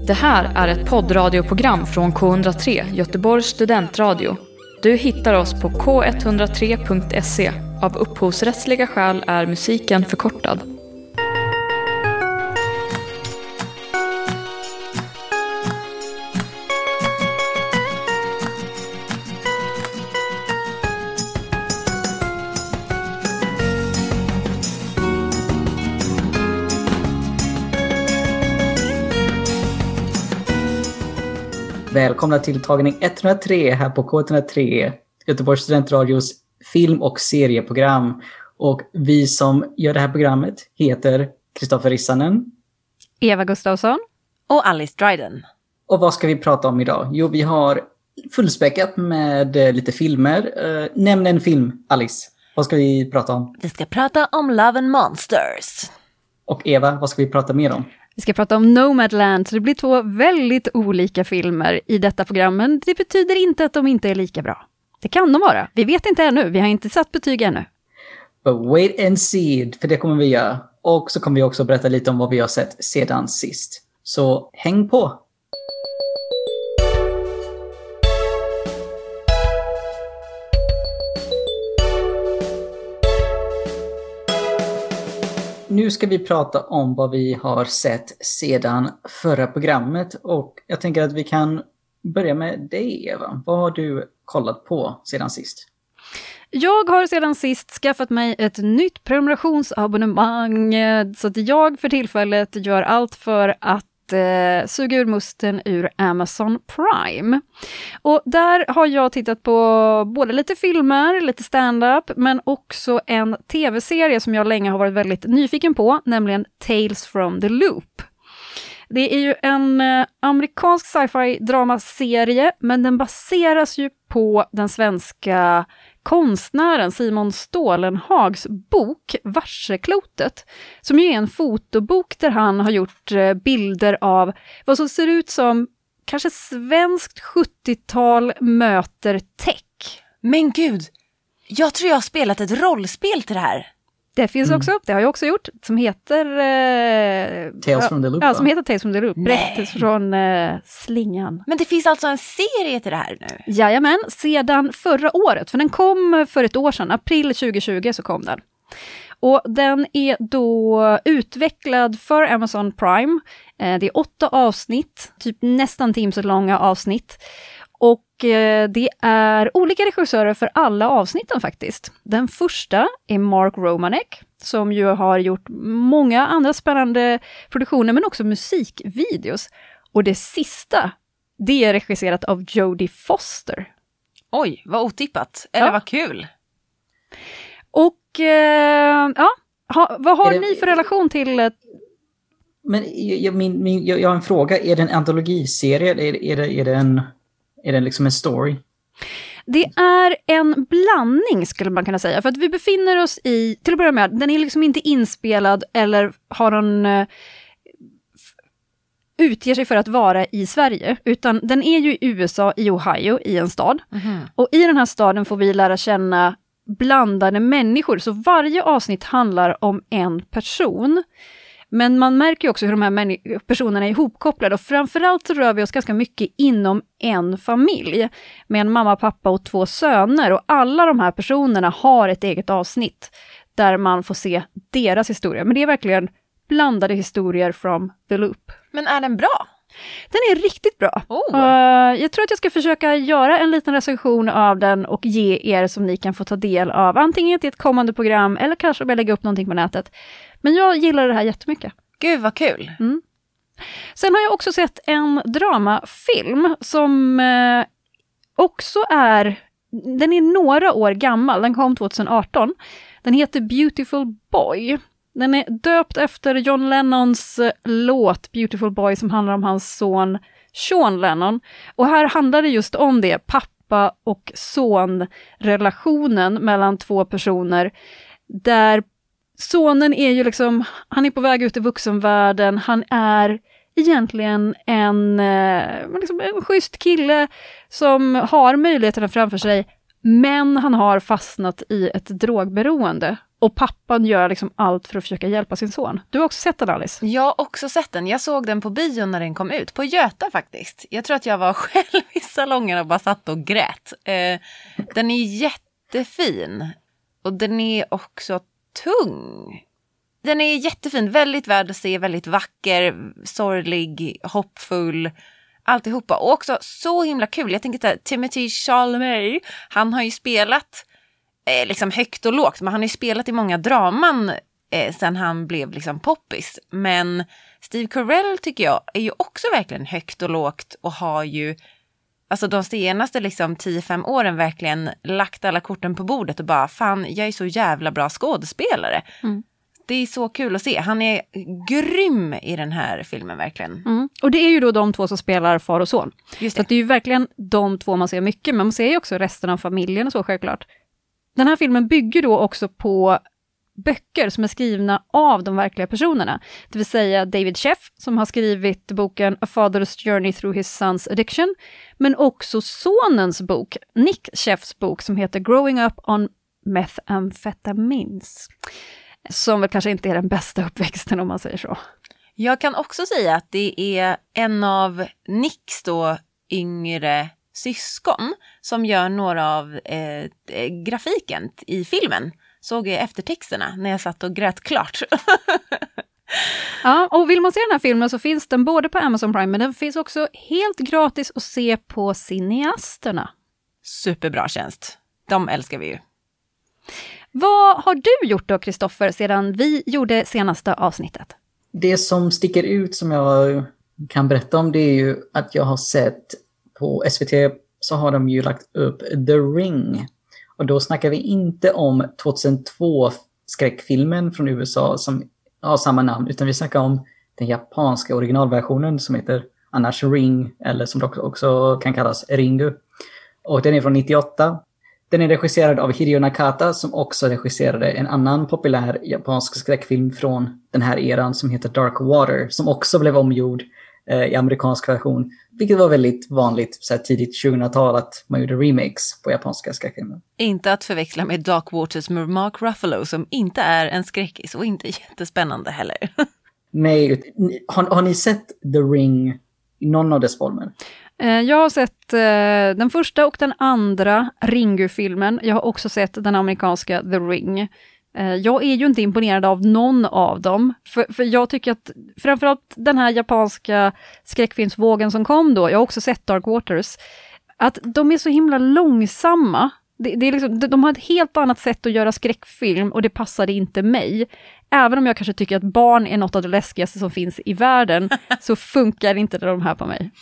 Det här är ett poddradioprogram från K103, Göteborgs studentradio. Du hittar oss på k103.se. Av upphovsrättsliga skäl är musiken förkortad. Välkomna till tagning 103 här på K103, Göteborgs studentradios film- och serieprogram. Och vi som gör det här programmet heter Kristoffer Rissanen, Eva Gustafsson och Alice Dryden. Och vad ska vi prata om idag? Jo, vi har fullspäckat med lite filmer. Nämn en film, Alice. Vad ska vi prata om? Vi ska prata om Love and Monsters. Och Eva, vad ska vi prata mer om? Vi ska prata om Nomadland, så det blir 2 väldigt olika filmer i detta program, men det betyder inte att de inte är lika bra. Det kan de vara. Vi vet inte ännu. Vi har inte satt betyg ännu. But wait and see, för det kommer vi göra. Och så kommer vi också berätta lite om vad vi har sett sedan sist. Så häng på! Nu ska vi prata om vad vi har sett sedan förra programmet. Och jag tänker att vi kan börja med dig, Eva. Vad har du kollat på sedan sist? Jag har sedan sist skaffat mig ett nytt prenumerationsabonnemang, så att jag för tillfället gör allt för att suga ur musten ur Amazon Prime. Och där har jag tittat på både lite filmer, lite stand-up, men också en tv-serie som jag länge har varit väldigt nyfiken på, nämligen Tales from the Loop. Det är ju en amerikansk sci-fi dramaserie, men den baseras ju på den svenska konstnären Simon Stålenhags bok Varseklotet, som ju är en fotobok där han har gjort bilder av vad som ser ut som kanske svenskt 70-tal möter tech. Men gud, jag tror jag har spelat ett rollspel till det här. Det finns också, det har jag också gjort, som heter Tales from the Loop. Ja, som heter Tales from the Loop. Berättelse från Slingan. Men det finns alltså en serie till det här nu? Jajamän, sedan förra året. För den kom för ett år sedan, april 2020 så kom den. Och den är då utvecklad för Amazon Prime. Det är 8 avsnitt, typ nästan timslånga avsnitt. Och det är olika regissörer för alla avsnitten faktiskt. Den första är Mark Romanek, som ju har gjort många andra spännande produktioner, men också musikvideos. Och det sista, det är regisserat av Jodie Foster. Oj, vad otippat. Eller vad kul. Och vad har ni för relation till... Men jag har en fråga. Är det en antologiserie eller är det liksom en story? Det är en blandning skulle man kunna säga. För att vi befinner oss i, till att börja med, den är liksom inte inspelad eller har någon utger sig för att vara i Sverige. Utan den är ju i USA, i Ohio, i en stad. Mm-hmm. Och i den här staden får vi lära känna blandade människor. Så varje avsnitt handlar om en person. Men man märker ju också hur de här personerna är ihopkopplade, och framförallt så rör vi oss ganska mycket inom en familj med en mamma, pappa och 2 söner, och alla de här personerna har ett eget avsnitt där man får se deras historia. Men det är verkligen blandade historier from the loop. Men är den bra? Den är riktigt bra. Jag tror att jag ska försöka göra en liten recension av den och ge er som ni kan få ta del av, antingen till ett kommande program eller kanske bara lägga upp någonting på nätet. Men jag gillar det här jättemycket. Gud vad kul. Mm. Sen har jag också sett en dramafilm som också den är några år gammal. Den kom 2018. Den heter Beautiful Boy. Den är döpt efter John Lennons låt Beautiful Boy, som handlar om hans son Sean Lennon. Och här handlar det just om det, pappa och son-relationen mellan 2 personer. Där sonen är ju liksom, han är på väg ut i vuxenvärlden, han är egentligen en schysst kille som har möjligheterna framför sig, men han har fastnat i ett drogberoende. Och pappan gör liksom allt för att försöka hjälpa sin son. Du har också sett den, Alice? Jag har också sett den. Jag såg den på bio när den kom ut. På Göta faktiskt. Jag tror att jag var själv i salongen och bara satt och grät. Den är jättefin. Och den är också tung. Den är jättefin. Väldigt värd att se. Väldigt vacker. Sorglig. Hoppfull. Alltihopa. Och också så himla kul. Jag tänker att Timothée Chalamet, han har ju spelat liksom högt och lågt. Men han har ju spelat i många draman sen han blev liksom poppis. Men Steve Carell tycker jag är ju också verkligen högt och lågt. Och har ju alltså de senaste liksom 10-5 åren verkligen lagt alla korten på bordet. Och bara, fan, jag är så jävla bra skådespelare. Det är så kul att se. Han är grym i den här filmen, verkligen. Och det är ju då de två som spelar far och son. Just det. Så att det är ju verkligen de två man ser mycket. Men man ser ju också resten av familjen och så, självklart. Den här filmen bygger då också på böcker som är skrivna av de verkliga personerna. Det vill säga David Sheff som har skrivit boken A Father's Journey Through His Son's Addiction. Men också sonens bok, Nick Sheffs bok, som heter Growing Up on Methamphetamines. Som väl kanske inte är den bästa uppväxten, om man säger så. Jag kan också säga att det är en av Nicks då yngre syskon som gör några av grafiken i filmen. Såg jag eftertexterna när jag satt och grät klart. Ja, och vill man se den här filmen så finns den både på Amazon Prime, men den finns också helt gratis att se på Cineasterna. Superbra tjänst. De älskar vi ju. Vad har du gjort då, Kristoffer, sedan vi gjorde senaste avsnittet? Det som sticker ut som jag kan berätta om, det är ju att jag har sett på SVT så har de ju lagt upp The Ring. Och då snackar vi inte om 2002 skräckfilmen från USA som har samma namn, utan vi snackar om den japanska originalversionen som heter annars Ring, eller som också kan kallas Ringu. Och den är från 98. Den är regisserad av Hideo Nakata som också regisserade en annan populär japansk skräckfilm från den här eran som heter Dark Water, som också blev omgjord i amerikansk version. Vilket var väldigt vanligt så här tidigt 2000-tal att man gjorde remakes på japanska skräckfilmer. Inte att förväxla med Dark Waters med Mark Ruffalo som inte är en skräckis och inte jättespännande heller. Nej, har ni sett The Ring i någon av dess former? Jag har sett den första och den andra Ringu-filmen. Jag har också sett den amerikanska The Ring. Jag är ju inte imponerad av någon av dem. För jag tycker att framförallt den här japanska skräckfilmsvågen som kom då, jag har också sett Dark Waters, att de är så himla långsamma. Det är liksom, de har ett helt annat sätt att göra skräckfilm och det passade inte mig. Även om jag kanske tycker att barn är något av det läskigaste som finns i världen så funkar inte de här på mig.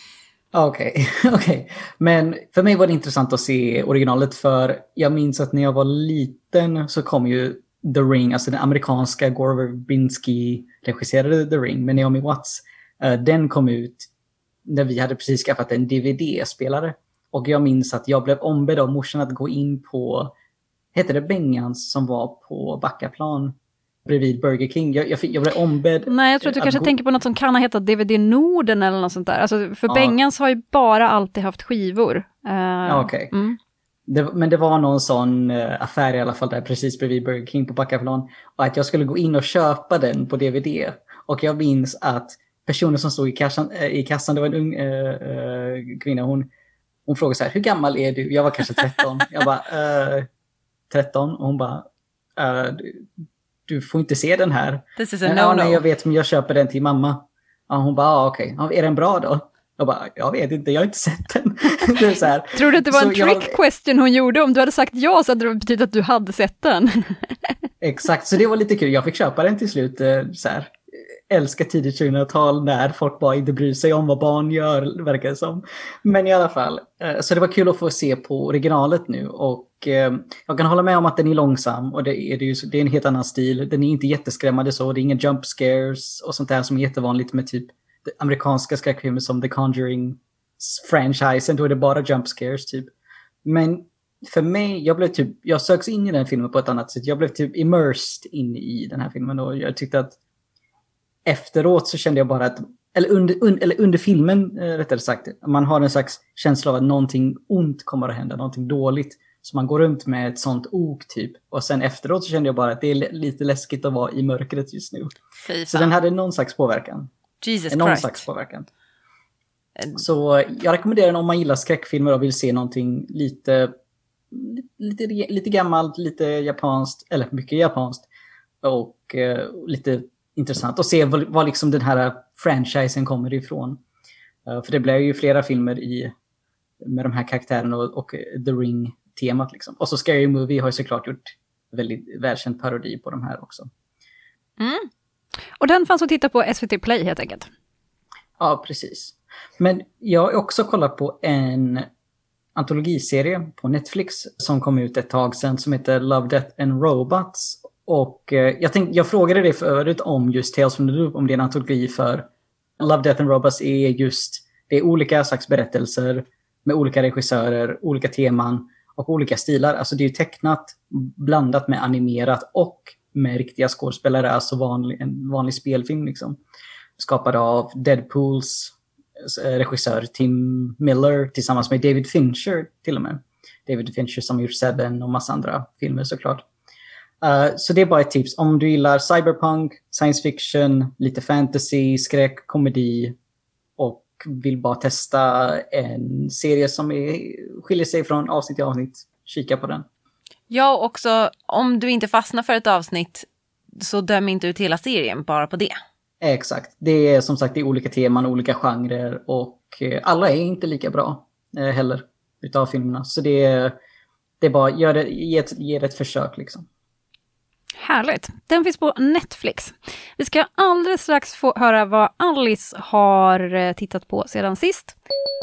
Okej. Men för mig var det intressant att se originalet, för jag minns att när jag var liten så kom ju The Ring, alltså den amerikanska Gore Verbinski regisserade The Ring med Naomi Watts. Den kom ut när vi hade precis skaffat en DVD-spelare. Och jag minns att jag blev ombedd av morsan att gå in på, hette det Bengans, som var på Backaplan bredvid Burger King. Jag blev ombedd. Nej, jag tror att du kanske tänker på något som kan ha hetat DVD Norden eller något sånt där. Alltså, för Bengans har ju bara alltid haft skivor. Okej. Men det var någon sån affär i alla fall där precis bredvid Burger King på Backaplan. Och att jag skulle gå in och köpa den på DVD. Och jag minns att personen som stod i kassan, det var en ung kvinna, hon frågade så här: hur gammal är du? Jag var kanske 13. Jag bara, 13. Och hon bara, du får inte se den här. This is a no-no. Nej, jag vet, men jag köper den till mamma. Och hon bara, okej. Är den bra då? Jag bara, jag vet inte, jag har inte sett den. Det är så här. Tror du att det var en trick question hon gjorde? Om du hade sagt ja så hade det betytt att du hade sett den. Exakt, så det var lite kul. Jag fick köpa den till slut så här. Älskar tidigt 2000-tal när folk bara inte bryr sig om vad barn gör, verkar det som. Men i alla fall, så det var kul att få se på originalet nu. Och jag kan hålla med om att den är långsam och det är en helt annan stil. Den är inte jätteskrämmande så, det är inga jump scares och sånt där som är jättevanligt med typ amerikanska skräckfilmer som The Conjuring-franchisen. Då är det bara jump scares typ. Men för mig, jag söks in i den filmen på ett annat sätt. Jag blev typ immersed in i den här filmen och jag tyckte att efteråt så kände jag bara att, eller under filmen rättare sagt, man har en slags känsla av att någonting ont kommer att hända, någonting dåligt. Så man går runt med ett sånt ok typ. Och sen efteråt så kände jag bara att det är lite läskigt att vara i mörkret just nu. Så den hade någon slags påverkan. Slags påverkan. Så jag rekommenderar den om man gillar skräckfilmer och vill se någonting lite gammalt, lite japanskt, eller mycket japanskt. Och lite intressant. Och se vad liksom den här franchisen kommer ifrån. För det blev ju flera filmer med de här karaktärerna och The Ring-temat. Liksom. Och så Scary Movie har ju såklart gjort väldigt välkänd parodi på de här också. Mm. Och den fanns att titta på SVT Play helt enkelt. Ja, precis. Men jag har också kollat på en antologiserie på Netflix som kom ut ett tag sedan som heter Love, Death and Robots. Och jag frågade dig förut om just Tales from the Loop, om det är en antologi för Love, Death and Robots det är olika slags berättelser med olika regissörer, olika teman och olika stilar. Alltså det är ju tecknat, blandat med animerat och med riktiga skådespelare, alltså en vanlig spelfilm liksom. Skapad av Deadpools regissör Tim Miller tillsammans med David Fincher till och med. David Fincher som gjort Seven och massa andra filmer såklart. Så det är bara ett tips. Om du gillar cyberpunk, science fiction, lite fantasy, skräck, komedi och vill bara testa en serie som skiljer sig från avsnitt till avsnitt, kika på den. Ja, också om du inte fastnar för ett avsnitt så döm inte ut hela serien bara på det. Exakt. Det är som sagt det är olika teman, olika genrer och alla är inte lika bra heller utav filmerna. Så det är bara ge det ett försök liksom. Härligt. Den finns på Netflix. Vi ska alldeles strax få höra vad Alice har tittat på sedan sist.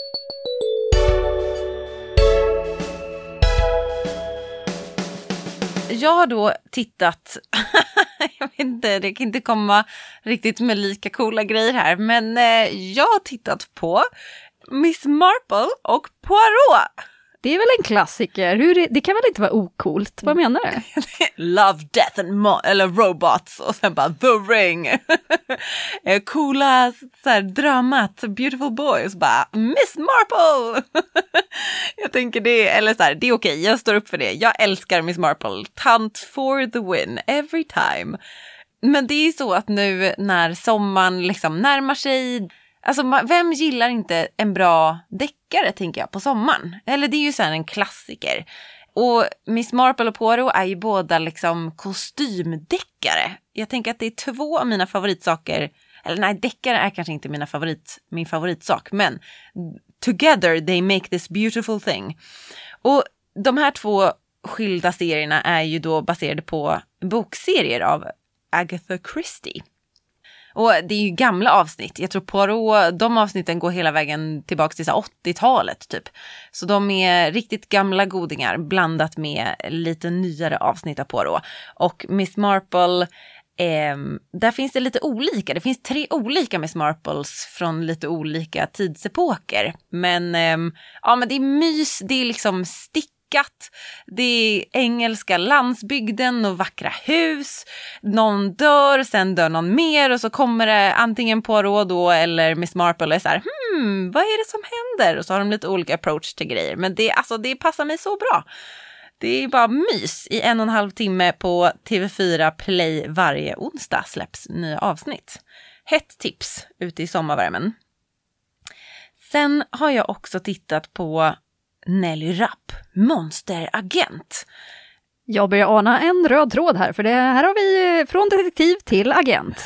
Jag har då tittat, jag vet inte, det kan inte komma riktigt med lika coola grejer här, men jag har tittat på Miss Marple och Poirot. Det är väl en klassiker, det kan väl inte vara ocoolt, vad menar du? Love, Death eller Robots och sen bara The Ring. Coola så här, dramat, Beautiful Boys, bara Miss Marple. Jag tänker det är okej, jag står upp för det. Jag älskar Miss Marple, tant for the win, every time. Men det är så att nu när sommaren liksom närmar sig, alltså vem gillar inte en bra deckare tänker jag på sommaren? Eller det är ju så här en klassiker. Och Miss Marple och Poirot är ju båda liksom kostymdeckare. Jag tänker att det är två av mina favoritsaker. Eller nej, deckare är kanske inte min favoritsak. Men together they make this beautiful thing. Och de här två skilda serierna är ju då baserade på bokserier av Agatha Christie. Och det är ju gamla avsnitt. Jag tror Poirot, de avsnitten går hela vägen tillbaka till 80-talet typ. Så de är riktigt gamla godingar blandat med lite nyare avsnitt av Poirot. Och Miss Marple, där finns det lite olika. Det finns 3 olika Miss Marples från lite olika tidsepoker. Men ja, men det är mys, det är liksom det är engelska landsbygden och vackra hus. Någon dör, sen dör någon mer och så kommer det antingen Poirot då eller Miss Marple och är så här, vad är det som händer? Och så har de lite olika approach till grejer. Men det passar mig så bra. Det är bara mys. I 1,5 timme på TV4 Play varje onsdag släpps nya avsnitt. Hett tips ute i sommarvärmen. Sen har jag också tittat på Nelly Rapp, monsteragent. Jag börjar ana en röd tråd här, för det här har vi från detektiv till agent.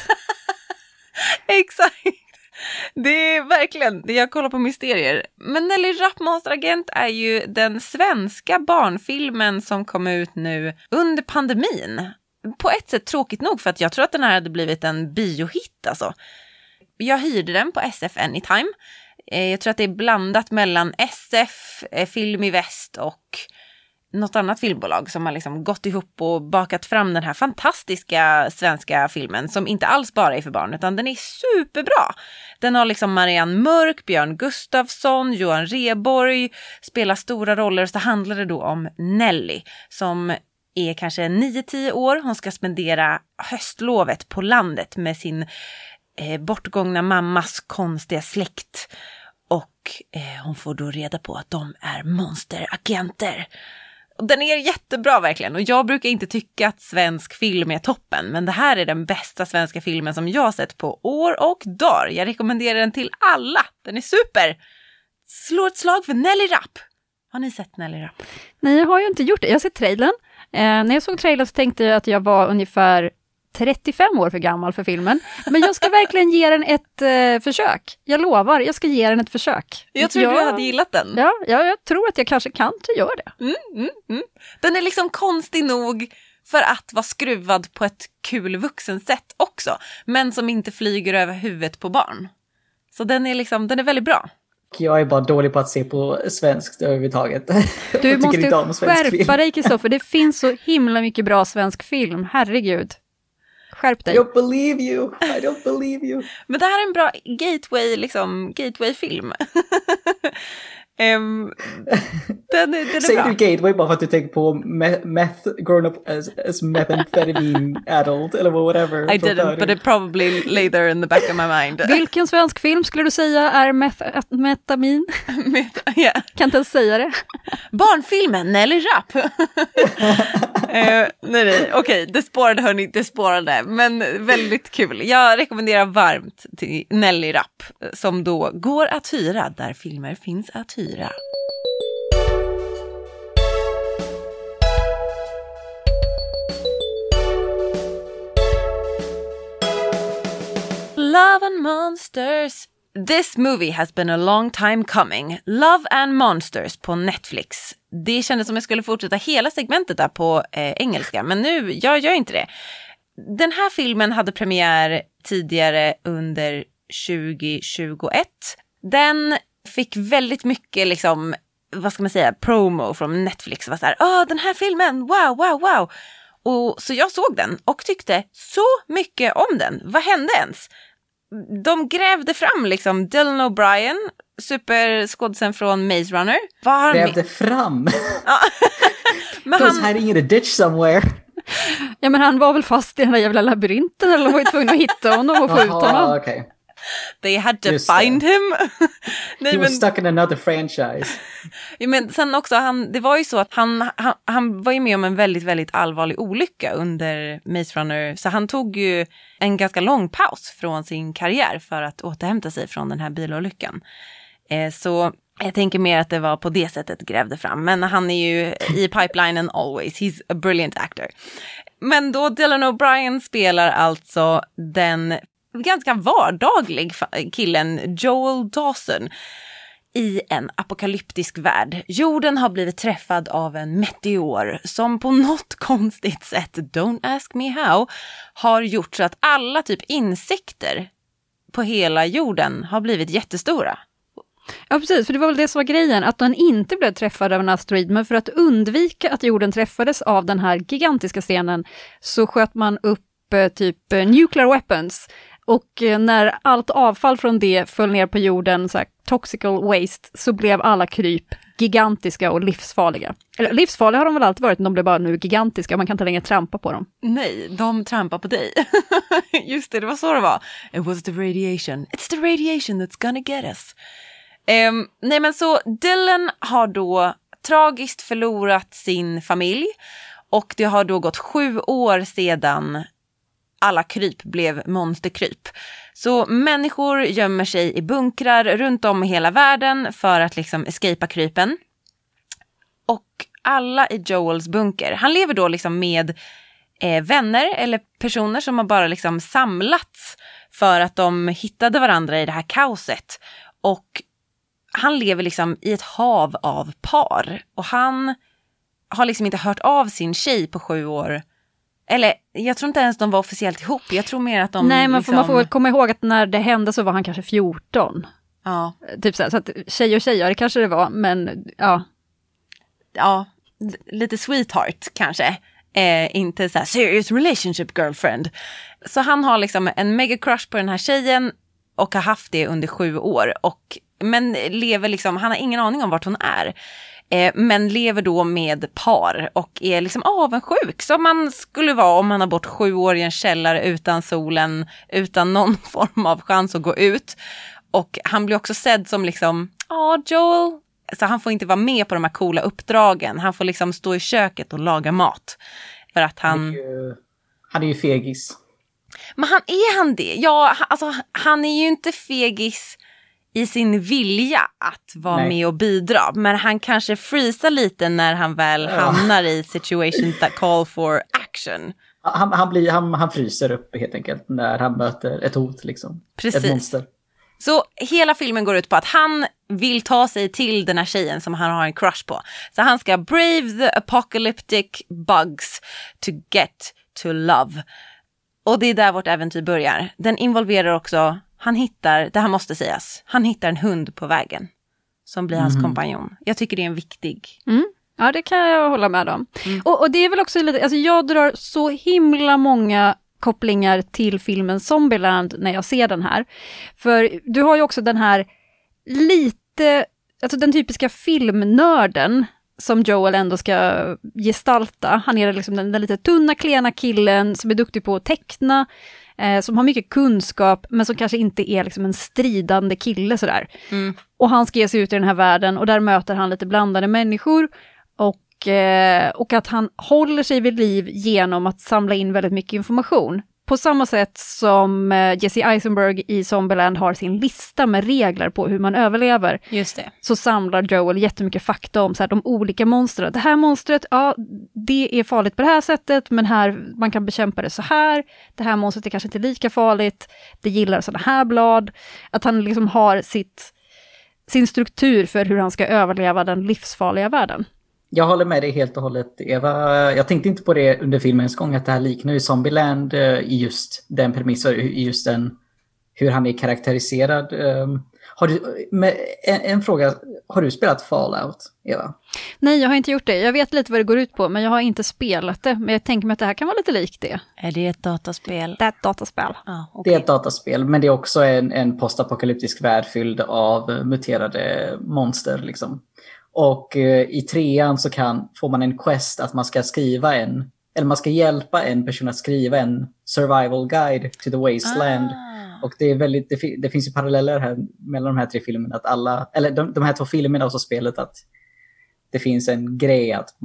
Exakt. Det är verkligen det jag kollar på mysterier. Men Nelly Rapp, monsteragent är ju den svenska barnfilmen som kom ut nu under pandemin. På ett sätt tråkigt nog, för att jag tror att den här hade blivit en biohit alltså. Jag hyrde den på SF Anytime. Jag tror att det är blandat mellan SF, Film i Väst och något annat filmbolag som har liksom gått ihop och bakat fram den här fantastiska svenska filmen som inte alls bara är för barn utan den är superbra. Den har liksom Marianne Mörk, Björn Gustafsson, Johan Rheborg spelar stora roller, och så handlar det då om Nelly som är kanske 9-10 år. Hon ska spendera höstlovet på landet med sin bortgångna mammas konstiga släkt, och hon får då reda på att de är monsteragenter. Den är jättebra verkligen. Och jag brukar inte tycka att svensk film är toppen. Men det här är den bästa svenska filmen som jag har sett på år och dagar. Jag rekommenderar den till alla. Den är super. Slå ett slag för Nelly Rapp. Har ni sett Nelly Rapp? Nej, jag har ju inte gjort det. Jag har sett trailern. När jag såg trailern så tänkte jag att jag var ungefär 35 år för gammal för filmen. Men jag ska verkligen ge den ett försök. Jag lovar, jag ska ge den ett försök. Jag tror du hade gillat den. Ja, jag tror att jag kanske kan göra det. Den är liksom konstig nog för att vara skruvad på ett kul vuxensätt också. Men som inte flyger över huvudet på barn. Så den är väldigt bra. Jag är bara dålig på att se på svenskt överhuvudtaget. Du måste skärpa dig, Kristoffer. Det finns så himla mycket bra svensk film. Herregud. Skärp dig. I don't believe you. Men det här är en bra gateway-film. Säger du gateway bara för att du tänker på meth grown up as methamphetamine adult eller whatever? I didn't, but it probably lay there in the back of my mind. Vilken svensk film skulle du säga är metamin? Yeah. Kan inte ens säga det. Barnfilmen Nelly Rapp. Nej, okej, det spårade, men väldigt kul. Jag rekommenderar varmt till Nelly Rapp, som då går att hyra där filmer finns att hyra. Love and Monsters. This movie has been a long time coming. Love and Monsters på Netflix. Det kändes som jag skulle fortsätta hela segmentet där på engelska, men nu jag gör inte det. Den här filmen hade premiär tidigare under 2021. Den fick väldigt mycket liksom, vad ska man säga, promo från Netflix. Det var så här, den här filmen, wow. Och så jag såg den och tyckte så mycket om den. Vad hände ens? De grävde fram liksom Dylan O'Brien, superskådisen från Maze Runner. Grävde fram? Ja. Men han was hiding in a ditch somewhere. Ja, men han var väl fast i den där jävla labyrinten, eller de var ju tvungna att hitta honom och få ut honom. Okay. They had to find him. He was stuck in another franchise. Ja, men sen också, det var ju så att han var ju med om en väldigt, väldigt allvarlig olycka under Maze Runner. Så han tog ju en ganska lång paus från sin karriär för att återhämta sig från den här bilolyckan. Så jag tänker mer att det var på det sättet grävde fram. Men han är ju i pipelinen always. He's a brilliant actor. Men då Dylan O'Brien spelar alltså den ganska vardaglig killen Joel Dawson i en apokalyptisk värld. Jorden har blivit träffad av en meteor som på något konstigt sätt, don't ask me how, har gjort så att alla typ insekter på hela jorden har blivit jättestora. Ja, precis, för det var väl det som var grejen, att den inte blev träffad av en asteroid, men för att undvika att jorden träffades av den här gigantiska stenen så sköt man upp typ nuclear weapons. Och när allt avfall från det föll ner på jorden, så här toxical waste, så blev alla kryp gigantiska och livsfarliga. Eller livsfarliga har de väl alltid varit, men de blev bara nu gigantiska, man kan inte längre trampa på dem. Nej, de trampar på dig. Just det var så det var. It was the radiation. It's the radiation that's gonna get us. Nej, men så Dylan har då tragiskt förlorat sin familj, och det har då gått 7 år sedan alla kryp blev monsterkryp. Så människor gömmer sig i bunkrar runt om i hela världen för att liksom escapa krypen. Och alla i Joels bunker, han lever då liksom med vänner eller personer som har bara liksom samlats för att de hittade varandra i det här kaoset. Och han lever liksom i ett hav av par. Och han har liksom inte hört av sin tjej på 7 år. Eller jag tror inte ens de var officiellt ihop. Jag tror mer att de... Nej, men liksom... man får väl komma ihåg att när det hände så var han kanske 14. Ja. Typ så att tjej och tjejer kanske det var, men ja. Ja, lite sweetheart kanske. Inte så här serious relationship girlfriend. Så han har liksom en mega crush på den här tjejen och har haft det under 7 år. Men lever liksom, han har ingen aning om vart hon är. Men lever då med par och är liksom avundsjuk som man skulle vara om man har bott 7 år i en källare utan solen, utan någon form av chans att gå ut. Och han blir också sedd som liksom, Joel, Så han får inte vara med på de här coola uppdragen. Han får liksom stå i köket och laga mat. För att han är ju fegis. Men är han det? Ja, alltså han är ju inte fegis i sin vilja att vara med och bidra. Men han kanske freezar lite när han väl hamnar i situations that call for action. Han fryser upp helt enkelt när han möter ett hot liksom. Precis. Ett monster. Så hela filmen går ut på att han vill ta sig till den här tjejen som han har en crush på. Så han ska brave the apocalyptic bugs to get to love. Och det är där vårt äventyr börjar. Den involverar också, det här måste sägas, han hittar en hund på vägen som blir hans kompanjon. Jag tycker det är en viktig... Ja, det kan jag hålla med om. Och det är väl också lite, alltså jag drar så himla många kopplingar till filmen Zombieland när jag ser den här. För du har ju också den här lite, alltså den typiska filmnörden som Joel ändå ska gestalta. Han är liksom den lite tunna, klena killen som är duktig på att teckna, som har mycket kunskap, men som kanske inte är liksom en stridande kille sådär. Och han ska ge sig ut i den här världen och där möter han lite blandade människor och att han håller sig vid liv genom att samla in väldigt mycket information. På samma sätt som Jesse Eisenberg i Zombieland har sin lista med regler på hur man överlever. Just det. Så samlar Joel jättemycket fakta om så här, de olika monstren. Det här monstret, ja, det är farligt på det här sättet, men här man kan bekämpa det så här. Det här monstret är kanske inte lika farligt. Det gillar sådana här blad. Att han liksom har sin struktur för hur han ska överleva den livsfarliga världen. Jag håller med dig helt och hållet, Eva. Jag tänkte inte på det under filmens gång att det här liknar ju Zombieland i just den premissen, i just den hur han är karaktäriserad. En fråga, har du spelat Fallout, Eva? Nej, jag har inte gjort det. Jag vet lite vad det går ut på, men jag har inte spelat det. Men jag tänker mig att det här kan vara lite likt det. Är det ett dataspel? Det är ett dataspel. Okay. Det är ett dataspel, men det är också en postapokalyptisk värld fylld av muterade monster liksom. Och i 3:an så får man en quest att man ska skriva man ska hjälpa en person att skriva en survival guide to the wasteland. Och det är väldigt, det finns ju paralleller här mellan de här 3 filmerna, att de här 2 filmerna och så spelet, att det finns en grej att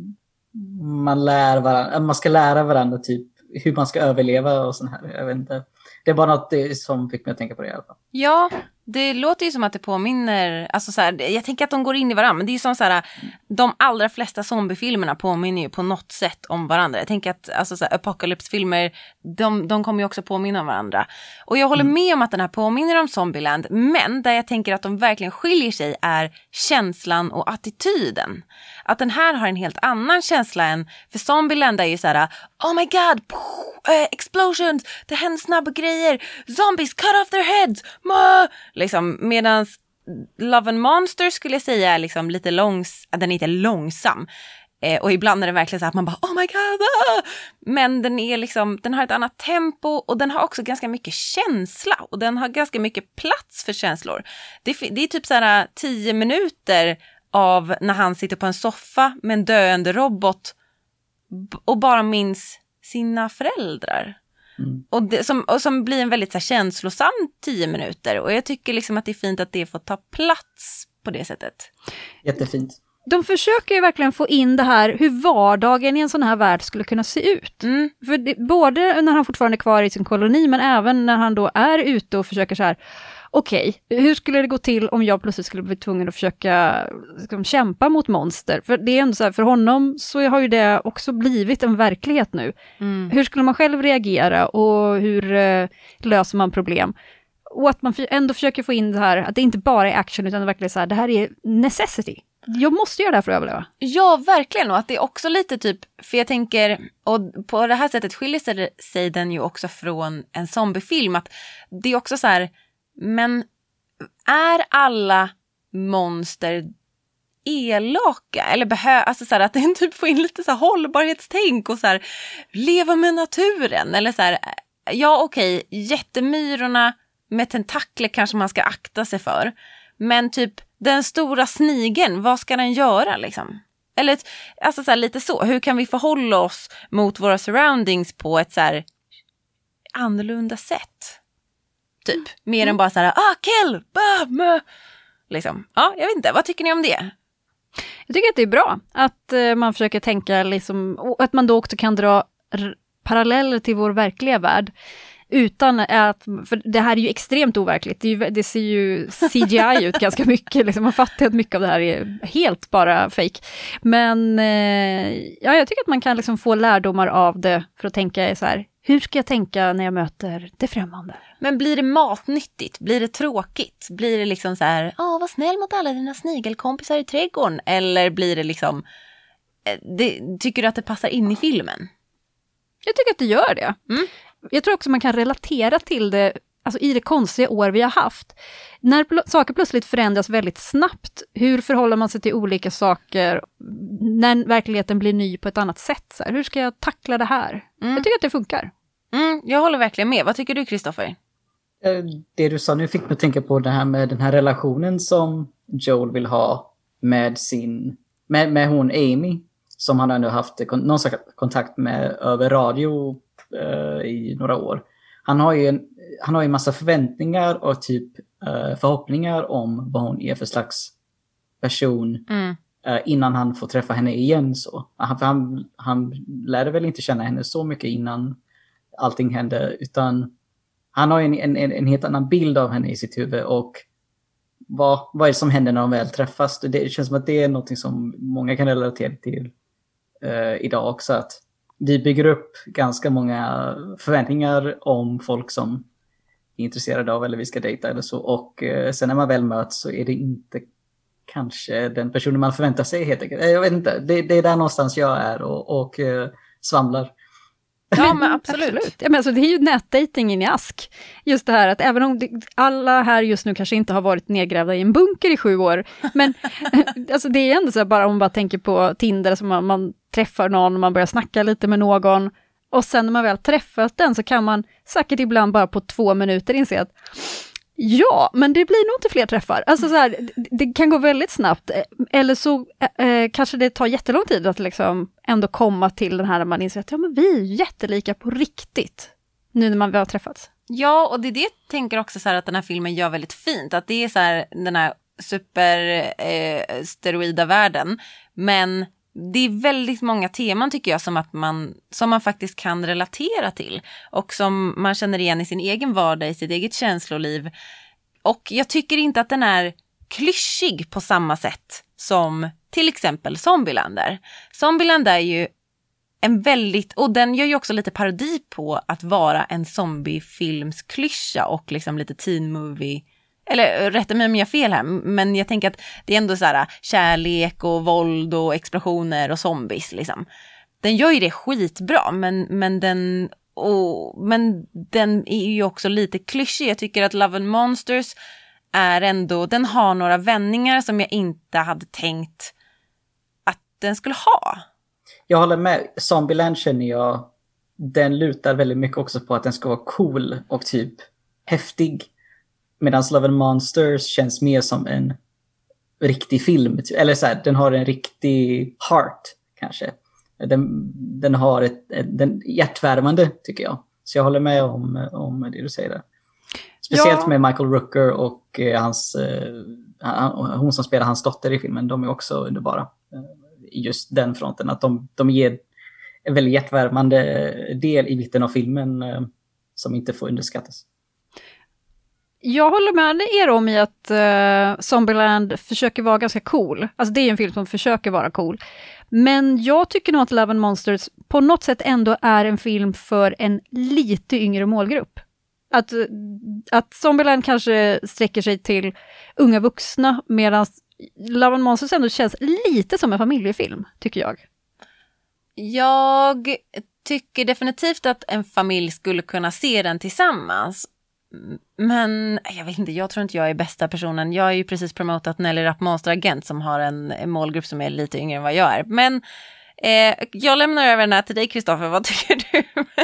man lär varandra, man ska lära varandra typ hur man ska överleva och sån här. Jag vet inte. Det är bara något som fick mig att tänka på det i alla fall. Ja, det låter ju som att det påminner, alltså så här, jag tänker att de går in i varandra, men det är ju som så här, de allra flesta zombiefilmerna påminner ju på något sätt om varandra. Jag tänker att alltså så här, apocalypse-filmer, de kommer ju också påminna om varandra. Och jag håller med om att den här påminner om Zombieland, men där jag tänker att de verkligen skiljer sig är känslan och attityden. Att den här har en helt annan känsla än, för Zombieland är ju så här, oh my god, explosions, det händer snabba grejer, zombies cut off their heads, liksom, medans Love and Monster skulle jag säga är liksom lite den är inte långsam. Och ibland är det verkligen så att man bara, oh my god, men den är liksom, den har ett annat tempo och den har också ganska mycket känsla och den har ganska mycket plats för känslor. Det är typ så här 10 minuter av när han sitter på en soffa med en döende robot och bara minns sina föräldrar. Och som blir en väldigt så här, känslosam 10 minuter. Och jag tycker liksom att det är fint att det får ta plats på det sättet. Jättefint. De försöker ju verkligen få in det här hur vardagen i en sån här värld skulle kunna se ut. För både när han fortfarande är kvar i sin koloni, men även när han då är ute och försöker så här, okej, hur skulle det gå till om jag plötsligt skulle bli tvungen att försöka liksom, kämpa mot monster? För det är ändå så här, för honom så har ju det också blivit en verklighet nu. Hur skulle man själv reagera och hur löser man problem? Och att man ändå försöker få in det här, att det inte bara är action utan det verkligen så här, det här är necessity. Jag måste göra det här för att överleva. Ja, verkligen. Och att det är också lite typ, för jag tänker, och på det här sättet skiljer sig den ju också från en zombiefilm, att det är också så här, men är alla monster elaka? Eller alltså så här, att den typ får in lite så här hållbarhetstänk och så här, leva med naturen. Eller så här, ja okej, jättemyrorna med tentakler kanske man ska akta sig för. Men typ den stora snigeln, vad ska den göra liksom? Eller alltså så här, lite så, hur kan vi förhålla oss mot våra surroundings på ett så här annorlunda sätt? Typ, mer än bara så här, kill, Liksom. Ja, jag vet inte. Vad tycker ni om det? Jag tycker att det är bra att man försöker tänka liksom, och att man då också kan dra paralleller till vår verkliga värld. Utan att, för det här är ju extremt overkligt. Det ser ju CGI ut ganska mycket. Liksom. Man fattar att mycket av det här är helt bara fake. Men ja, jag tycker att man kan liksom få lärdomar av det för att tänka så här, hur ska jag tänka när jag möter det främmande? Men blir det matnyttigt? Blir det tråkigt? Blir det liksom så här, var snäll mot alla dina snigelkompisar i trädgården? Eller blir det liksom, tycker du att det passar in i filmen? Jag tycker att det gör det. Jag tror också man kan relatera till det, alltså i det konstiga år vi har haft. När saker plötsligt förändras väldigt snabbt, hur förhåller man sig till olika saker när verkligheten blir ny på ett annat sätt? Så här, hur ska jag tackla det här? Jag tycker att det funkar. Jag håller verkligen med. Vad tycker du, Kristoffer? Det du sa nu fick mig att tänka på det här med den här relationen som Joel vill ha med med hon Amy, som han ändå haft någon slags kontakt med över radio i några år. Han har ju en massa förväntningar och typ förhoppningar om vad hon är för slags person innan han får träffa henne igen. Så. Han lärde väl inte känna henne så mycket innan allting hände, utan han har en helt annan bild av henne i sitt huvud, och vad är det som händer när de väl träffas? Det känns som att det är något som många kan relatera till idag också, att vi bygger upp ganska många förväntningar om folk som är intresserade av eller vi ska dejta eller så, och sen när man väl möts så är det inte kanske den personen man förväntar sig helt enkelt. Jag vet inte, det är där någonstans jag är och svamlar. Ja, men absolut. Ja, men alltså, det är ju nätdejtingen i ask. Just det här att även om alla här just nu kanske inte har varit nedgrävda i en bunker i 7 år, men alltså, det är ändå så här, bara om man bara tänker på Tinder, så man träffar någon, man börjar snacka lite med någon, och sen när man väl träffat den så kan man säkert ibland bara på 2 minuter inse att ja, men det blir nog inte fler träffar. Alltså så här, det kan gå väldigt snabbt. Eller så kanske det tar jättelång tid att liksom ändå komma till den här där man inser att ja, men vi är jättelika på riktigt nu när man väl har träffats. Ja, och det är det jag tänker också så här, att den här filmen gör väldigt fint. Att det är så här, den här supersteroida världen. Men det är väldigt många teman tycker jag som man faktiskt kan relatera till. Och som man känner igen i sin egen vardag, i sitt eget känsloliv. Och jag tycker inte att den är klyschig på samma sätt som till exempel Zombieland är. Zombieland är ju en väldigt, och den gör ju också lite parodi på att vara en zombiefilms klyscha och liksom lite teen movie. Eller rätta mig om jag har fel här, men jag tänker att det är ändå så här kärlek och våld och explosioner och zombies liksom. Den gör ju det skitbra, men den är ju också lite klyschig. Jag tycker att Love and Monsters är ändå, den har några vändningar som jag inte hade tänkt att den skulle ha. Jag håller med. Zombieland känner jag, den lutar väldigt mycket också på att den ska vara cool och typ häftig. Medan Love and Monsters känns mer som en riktig film. Eller så här, den har en riktig heart kanske. Den har den hjärtvärmande tycker jag. Så jag håller med om det du säger där. Speciellt med Michael Rooker och hon som spelar hans dotter i filmen. De är också underbara. Just den fronten. Att de ger en väldigt hjärtvärmande del i mitten av filmen som inte får underskattas. Jag håller med er om i att Zombieland försöker vara ganska cool. Alltså det är en film som försöker vara cool. Men jag tycker nog att Love and Monsters på något sätt ändå är en film för en lite yngre målgrupp. Att Zombieland kanske sträcker sig till unga vuxna, medan Love and Monsters ändå känns lite som en familjefilm, tycker jag. Jag tycker definitivt att en familj skulle kunna se den tillsammans. Men jag vet inte, jag tror inte jag är bästa personen. Jag har ju precis promotat Nelly Rapp Monster Agent som har en målgrupp som är lite yngre än vad jag är. Men jag lämnar över den här till dig, Kristoffer. Vad tycker du?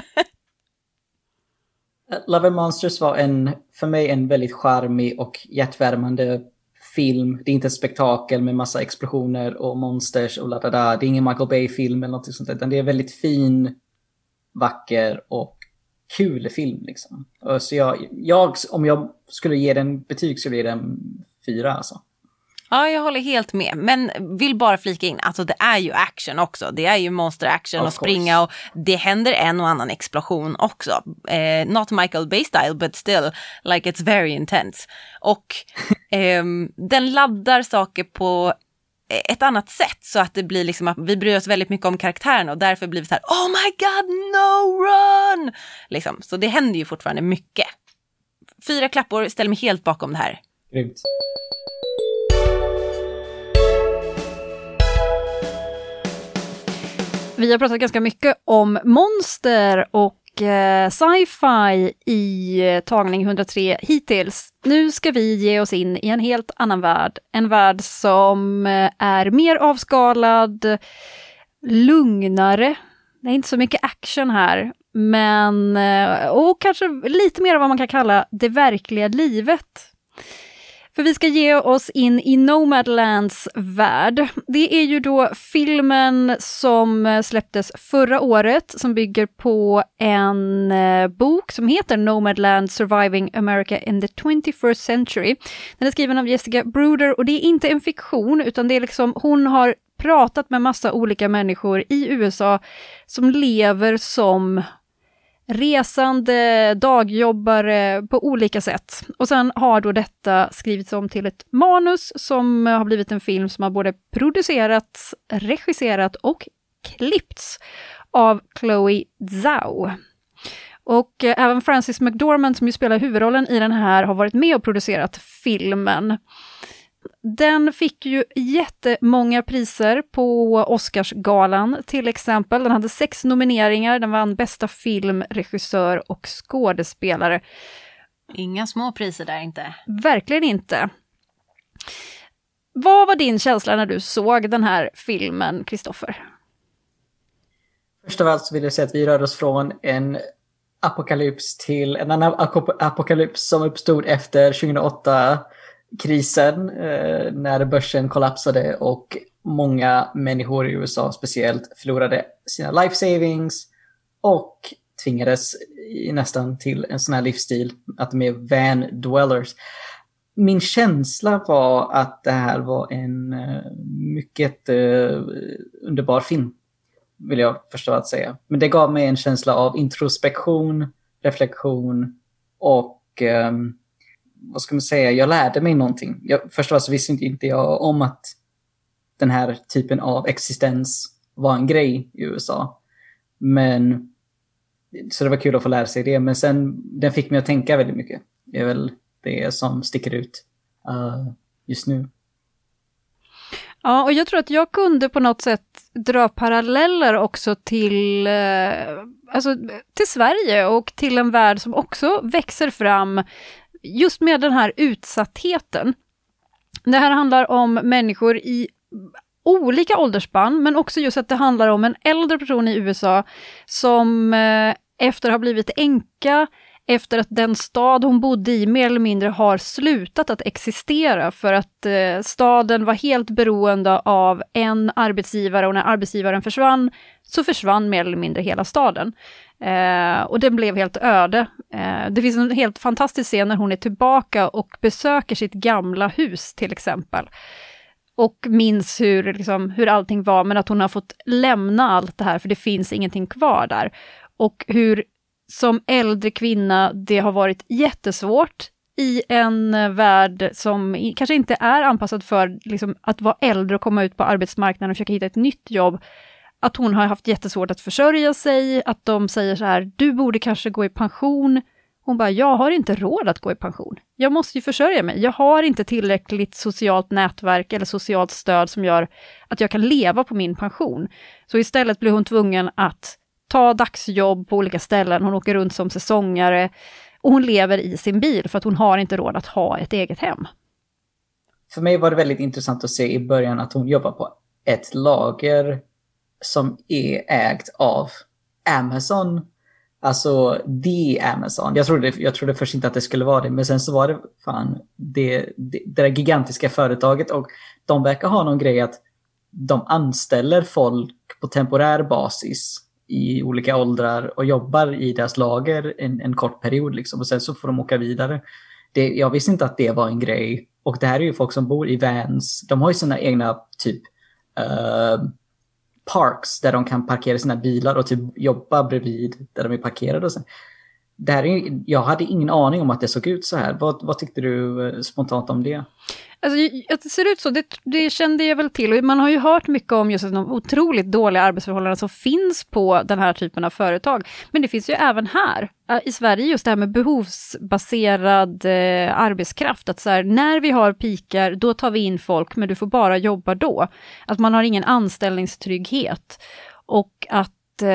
Love and Monsters var för mig en väldigt charmig och hjärtvärmande film. Det är inte ett spektakel med massa explosioner och monsters och ladada. Det är ingen Michael Bay-film eller något sånt, utan det är väldigt fin, vacker och kul film liksom. Så jag om jag skulle ge den betyg så blir den 4 alltså. Ja, jag håller helt med. Men vill bara flika in, alltså det är ju action också. Det är ju monster action och springa och det händer en och annan explosion också. Not Michael Bay style, but still, like it's very intense. Och den laddar saker på ett annat sätt så att det blir liksom att vi bryr oss väldigt mycket om karaktären och därför blir vi så här, oh my god, no run! Liksom. Så det händer ju fortfarande mycket. 4 klappor, ställer mig helt bakom det här. Grymt. Vi har pratat ganska mycket om monster och sci-fi i tagning 103 hittills. Nu ska vi ge oss in i en helt annan värld. En värld som är mer avskalad, lugnare. Det är inte så mycket action här, men och kanske lite mer av vad man kan kalla det verkliga livet. För vi ska ge oss in i Nomadlands värld. Det är ju då filmen som släpptes förra året som bygger på en bok som heter Nomadland Surviving America in the 21st Century. Den är skriven av Jessica Bruder och det är inte en fiktion utan det är liksom, hon har pratat med massa olika människor i USA som lever som resande, dagjobbare på olika sätt. Och sen har då detta skrivits om till ett manus som har blivit en film som har både producerats, regisserat och klippts av Chloe Zhao. Och även Frances McDormand som ju spelar huvudrollen i den här har varit med och producerat filmen. Den fick ju jättemånga priser på Oscarsgalan till exempel. Den hade 6 nomineringar. Den vann bästa film, regissör och skådespelare. Inga små priser där inte. Verkligen inte. Vad var din känsla när du såg den här filmen, Kristoffer? Först av allt så vill jag säga att vi rör oss från en apokalyps till en annan apokalyps som uppstod efter 2008-krisen när börsen kollapsade och många människor i USA speciellt förlorade sina life savings och tvingades nästan till en sån här livsstil att de är van dwellers. Min känsla var att det här var en mycket underbar film, vill jag förstå att säga. Men det gav mig en känsla av introspektion, reflektion och vad ska man säga, jag lärde mig någonting. Först och främst visste inte jag om att den här typen av existens var en grej i USA. Men så det var kul att få lära sig det. Men sen, den fick mig att tänka väldigt mycket. Det är väl det som sticker ut just nu. Ja, och jag tror att jag kunde på något sätt dra paralleller också till, till Sverige och till en värld som också växer fram just med den här utsattheten. Det här handlar om människor i olika åldersspann, men också just att det handlar om en äldre person i USA som efter att ha blivit änka, efter att den stad hon bodde i mer eller mindre har slutat att existera för att staden var helt beroende av en arbetsgivare och när arbetsgivaren försvann så försvann mer eller mindre hela staden. Och den blev helt öde. Det finns en helt fantastisk scen när hon är tillbaka och besöker sitt gamla hus till exempel. Och minns hur allting var, men att hon har fått lämna allt det här för det finns ingenting kvar där. Och hur som äldre kvinna det har varit jättesvårt i en värld som kanske inte är anpassad för att vara äldre och komma ut på arbetsmarknaden och försöka hitta ett nytt jobb. Att hon har haft jättesvårt att försörja sig, att de säger så här, du borde kanske gå i pension. Hon bara, jag har inte råd att gå i pension. Jag måste ju försörja mig. Jag har inte tillräckligt socialt nätverk eller socialt stöd som gör att jag kan leva på min pension. Så istället blir hon tvungen att ta dagsjobb på olika ställen. Hon åker runt som säsongare och hon lever i sin bil för att hon har inte råd att ha ett eget hem. För mig var det väldigt intressant att se i början att hon jobbar på ett lager som är ägt av Amazon. Alltså the Amazon. Jag trodde först inte att det skulle vara det. Men sen så var det det där gigantiska företaget. Och de verkar ha någon grej att de anställer folk på temporär basis i olika åldrar och jobbar i deras lager en kort period liksom. Och sen så får de åka vidare. Jag visste inte att det var en grej. Och det här är ju folk som bor i vans. De har ju sina egna typ parks där de kan parkera sina bilar och typ jobba bredvid där de är parkerade. Och så. Jag hade ingen aning om att det såg ut så här. Vad tyckte du spontant om det? Alltså, att det ser ut så, det kände jag väl till. Och man har ju hört mycket om just de otroligt dåliga arbetsförhållanden som finns på den här typen av företag. Men det finns ju även här i Sverige just det här med behovsbaserad arbetskraft. Att så här, när vi har pikar, då tar vi in folk, men du får bara jobba då. Att man har ingen anställningstrygghet. Och att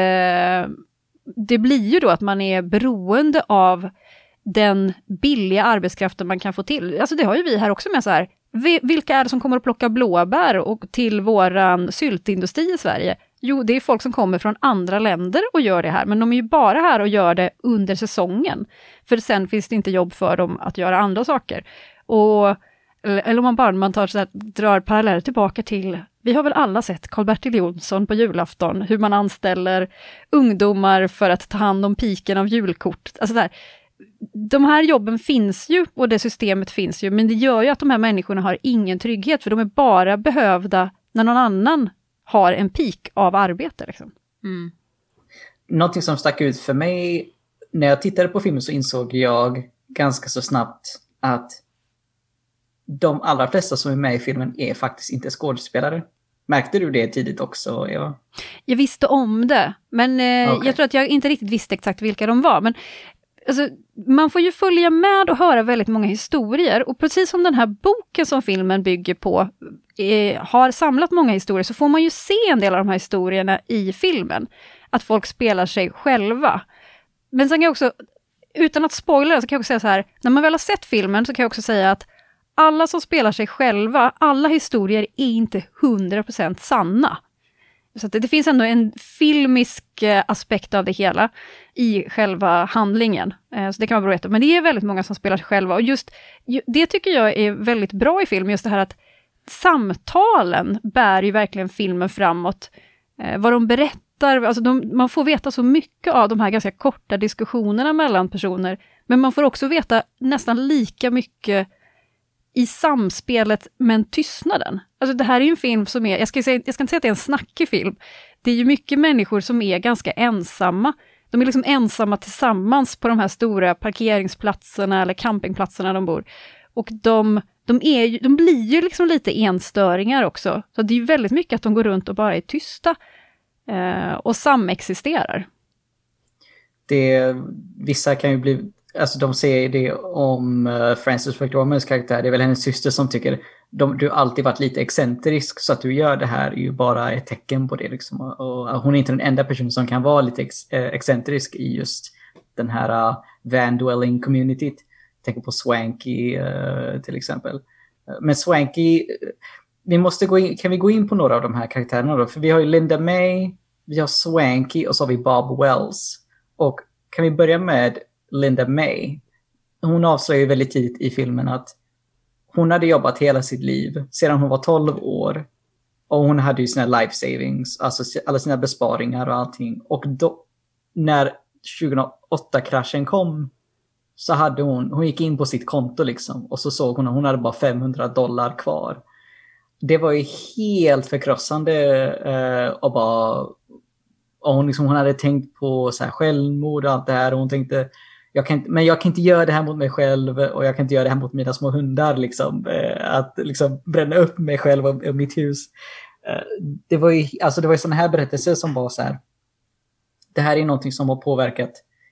det blir ju då att man är beroende av den billiga arbetskraften man kan få till. Alltså det har ju vi här också med så här, vilka är det som kommer att plocka blåbär och till våran syltindustri i Sverige? Jo, det är folk som kommer från andra länder och gör det här, men de är ju bara här och gör det under säsongen. För sen finns det inte jobb för dem att göra andra saker. Eller om man tar så här, drar paralleller tillbaka till, vi har väl alla sett Karl-Bertil Jonsson på julafton, hur man anställer ungdomar för att ta hand om piken av julkort. Alltså så här, de här jobben finns ju och det systemet finns ju, men det gör ju att de här människorna har ingen trygghet, för de är bara behövda när någon annan har en peak av arbete. Liksom. Mm. Någonting som stack ut för mig när jag tittade på filmen, så insåg jag ganska så snabbt att de allra flesta som är med i filmen är faktiskt inte skådespelare. Märkte du det tidigt också, Eva? Jag visste om det, men okay. Jag tror att jag inte riktigt visste exakt vilka de var, men alltså, man får ju följa med och höra väldigt många historier, och precis som den här boken som filmen bygger på har samlat många historier, så får man ju se en del av de här historierna i filmen. Att folk spelar sig själva. Men sen kan jag också, utan att spoila, så kan jag också säga så här, när man väl har sett filmen så kan jag också säga att alla som spelar sig själva, alla historier är inte 100% sanna. Så att det finns ändå en filmisk aspekt av det hela i själva handlingen. Så det kan vara bra att veta. Men det är väldigt många som spelar sig själva. Och just det tycker jag är väldigt bra i film. Just det här att samtalen bär ju verkligen filmen framåt. Vad de berättar, alltså man får veta så mycket av de här ganska korta diskussionerna mellan personer. Men man får också veta nästan lika mycket i samspelet men tystnaden. Alltså det här är ju en film som är, jag ska inte säga att det är en snackig film. Det är ju mycket människor som är ganska ensamma. De är liksom ensamma tillsammans på de här stora parkeringsplatserna eller campingplatserna de bor. Och de blir ju liksom lite enstöringar också. Så det är ju väldigt mycket att de går runt och bara är tysta och samexisterar. Vissa kan ju bli, alltså de säger det om Frances McDormands karaktär. Det är väl hennes syster som tycker du har alltid varit lite excentrisk, så att du gör det här är ju bara ett tecken på det. Liksom. Och hon är inte den enda personen som kan vara lite excentrisk i just den här van-dwelling communityt. Jag tänker på Swanky till exempel. Men Swanky, kan vi gå in på några av de här karaktärerna då? För vi har ju Linda May, vi har Swanky och så har vi Bob Wells. Och kan vi börja med Linda May? Hon avslöjar ju väldigt tidigt i filmen att hon hade jobbat hela sitt liv sedan hon var 12 år. Och hon hade ju sina life savings, alltså alla sina besparingar och allting. Och då, när 2008-kraschen kom, så hade hon gick in på sitt konto liksom. Och så såg hon hade bara $500 kvar. Det var ju helt förkrossande och hon hade tänkt på så här självmord och allt det här. Och hon tänkte, jag kan inte göra det här mot mig själv, och jag kan inte göra det här mot mina små hundar liksom. Att liksom bränna upp mig själv och mitt hus. Det var ju sådana här berättelser som var så här. Det här är någonting som har påverkat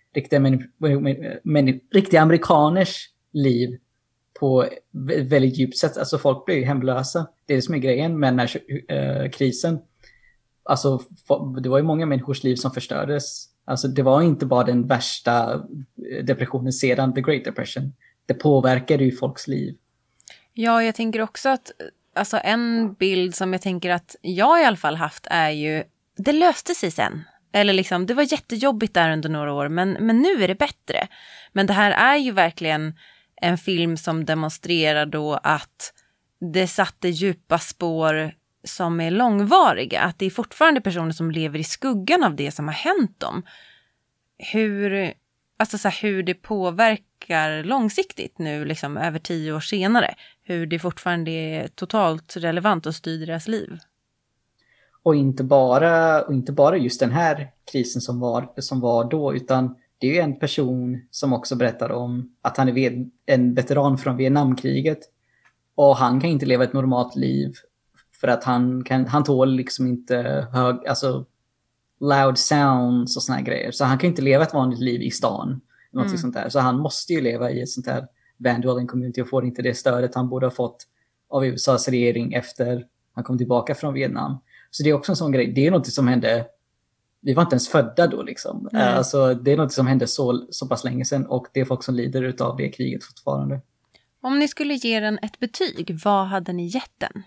riktiga amerikaners liv på väldigt djupt sätt. Alltså folk blir hemlösa. Det är det som är grejen med den här krisen. Alltså det var ju många människors liv som förstördes. Alltså det var inte bara den värsta depressionen sedan The Great Depression. Det påverkade ju folks liv. Ja, jag tänker också att alltså en bild som jag tänker att jag i alla fall haft är ju, det löste sig sen. Eller liksom, det var jättejobbigt där under några år, men nu är det bättre. Men det här är ju verkligen en film som demonstrerar då att det satte djupa spår som är långvariga. Att det är fortfarande personer som lever i skuggan av det som har hänt dem. Hur Alltså så här, hur det påverkar långsiktigt nu liksom över 10 år senare. Hur det fortfarande är totalt relevant och styr deras liv. Och inte bara just den här krisen som var då, utan det är ju en person som också berättar om att han är en veteran från Vietnamkriget. Och han kan inte leva ett normalt liv för att han tål liksom inte loud sounds och såna här grejer. Så han kan inte leva ett vanligt liv i stan. Något sånt där. Så han måste ju leva i ett sånt här van-dwelling community och får inte det stödet han borde ha fått av USAs regering efter han kom tillbaka från Vietnam. Så det är också en sån grej. Det är något som hände. Vi var inte ens födda då liksom. Alltså, det är något som hände så pass länge sedan och det är folk som lider utav det kriget fortfarande. Om ni skulle ge den ett betyg, vad hade ni gett den?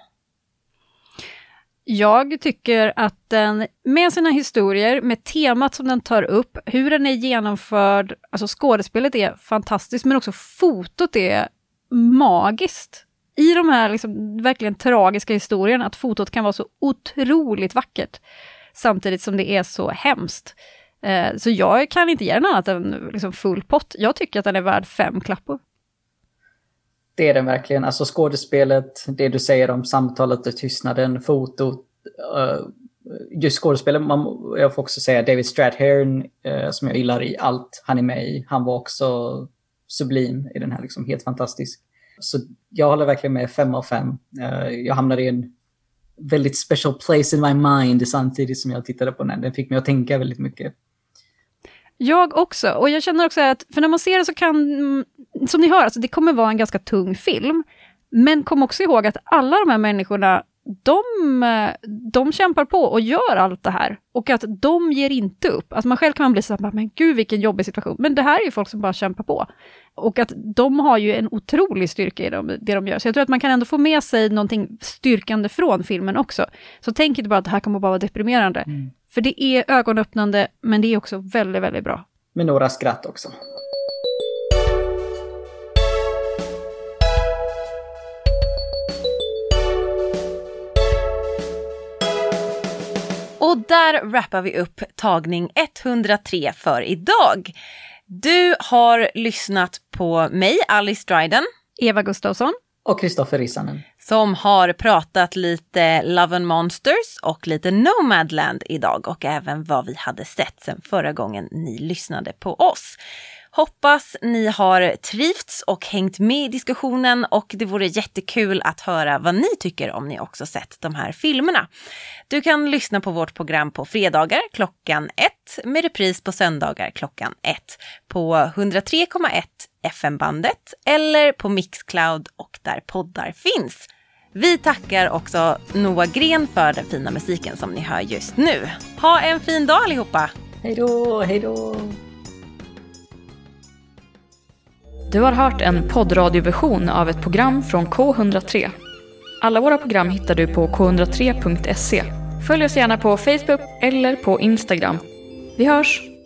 Jag tycker att den med sina historier, med temat som den tar upp, hur den är genomförd, alltså skådespelet är fantastiskt men också fotot är magiskt. I de här liksom verkligen tragiska historierna, att fotot kan vara så otroligt vackert samtidigt som det är så hemskt. Så jag kan inte ge den annat än liksom full pott. Jag tycker att den är värd 5 klappor. Det är den verkligen. Alltså skådespelet, det du säger om samtalet och tystnaden, fotot, just skådespelet. Jag får också säga David Strathairn som jag gillar i allt han är med i. Han var också sublim i den här, liksom helt fantastisk. Så jag håller verkligen med 5 av 5. Jag hamnade i en väldigt special place in my mind samtidigt som jag tittade på den. Den fick mig att tänka väldigt mycket. Jag också. Och jag känner också att, för när man ser det så kan, som ni hör, alltså det kommer vara en ganska tung film. Men kom också ihåg att alla de här människorna, de kämpar på och gör allt det här. Och att de ger inte upp. Alltså man själv kan man bli så här, men gud vilken jobbig situation. Men det här är ju folk som bara kämpar på. Och att de har ju en otrolig styrka i det de gör. Så jag tror att man kan ändå få med sig någonting styrkande från filmen också. Så tänk inte bara att det här kommer bara vara deprimerande. För det är ögonöppnande, men det är också väldigt, väldigt bra. Med några skratt också. Och där wrappar vi upp tagning 103 för idag. Du har lyssnat på mig, Alice Dryden, Eva Gustafsson och Kristoffer Rissanen, som har pratat lite Love and Monsters och lite Nomadland idag och även vad vi hade sett sen förra gången ni lyssnade på oss. Hoppas ni har trivts och hängt med i diskussionen och det vore jättekul att höra vad ni tycker om ni också sett de här filmerna. Du kan lyssna på vårt program på fredagar klockan 1 med repris på söndagar klockan 1 på 103,1 FM-bandet eller på Mixcloud och där poddar finns. Vi tackar också Noah Gren för den fina musiken som ni hör just nu. Ha en fin dag allihopa! Hej då, hej då! Du har hört en poddradioversion av ett program från K103. Alla våra program hittar du på k103.se. Följ oss gärna på Facebook eller på Instagram. Vi hörs!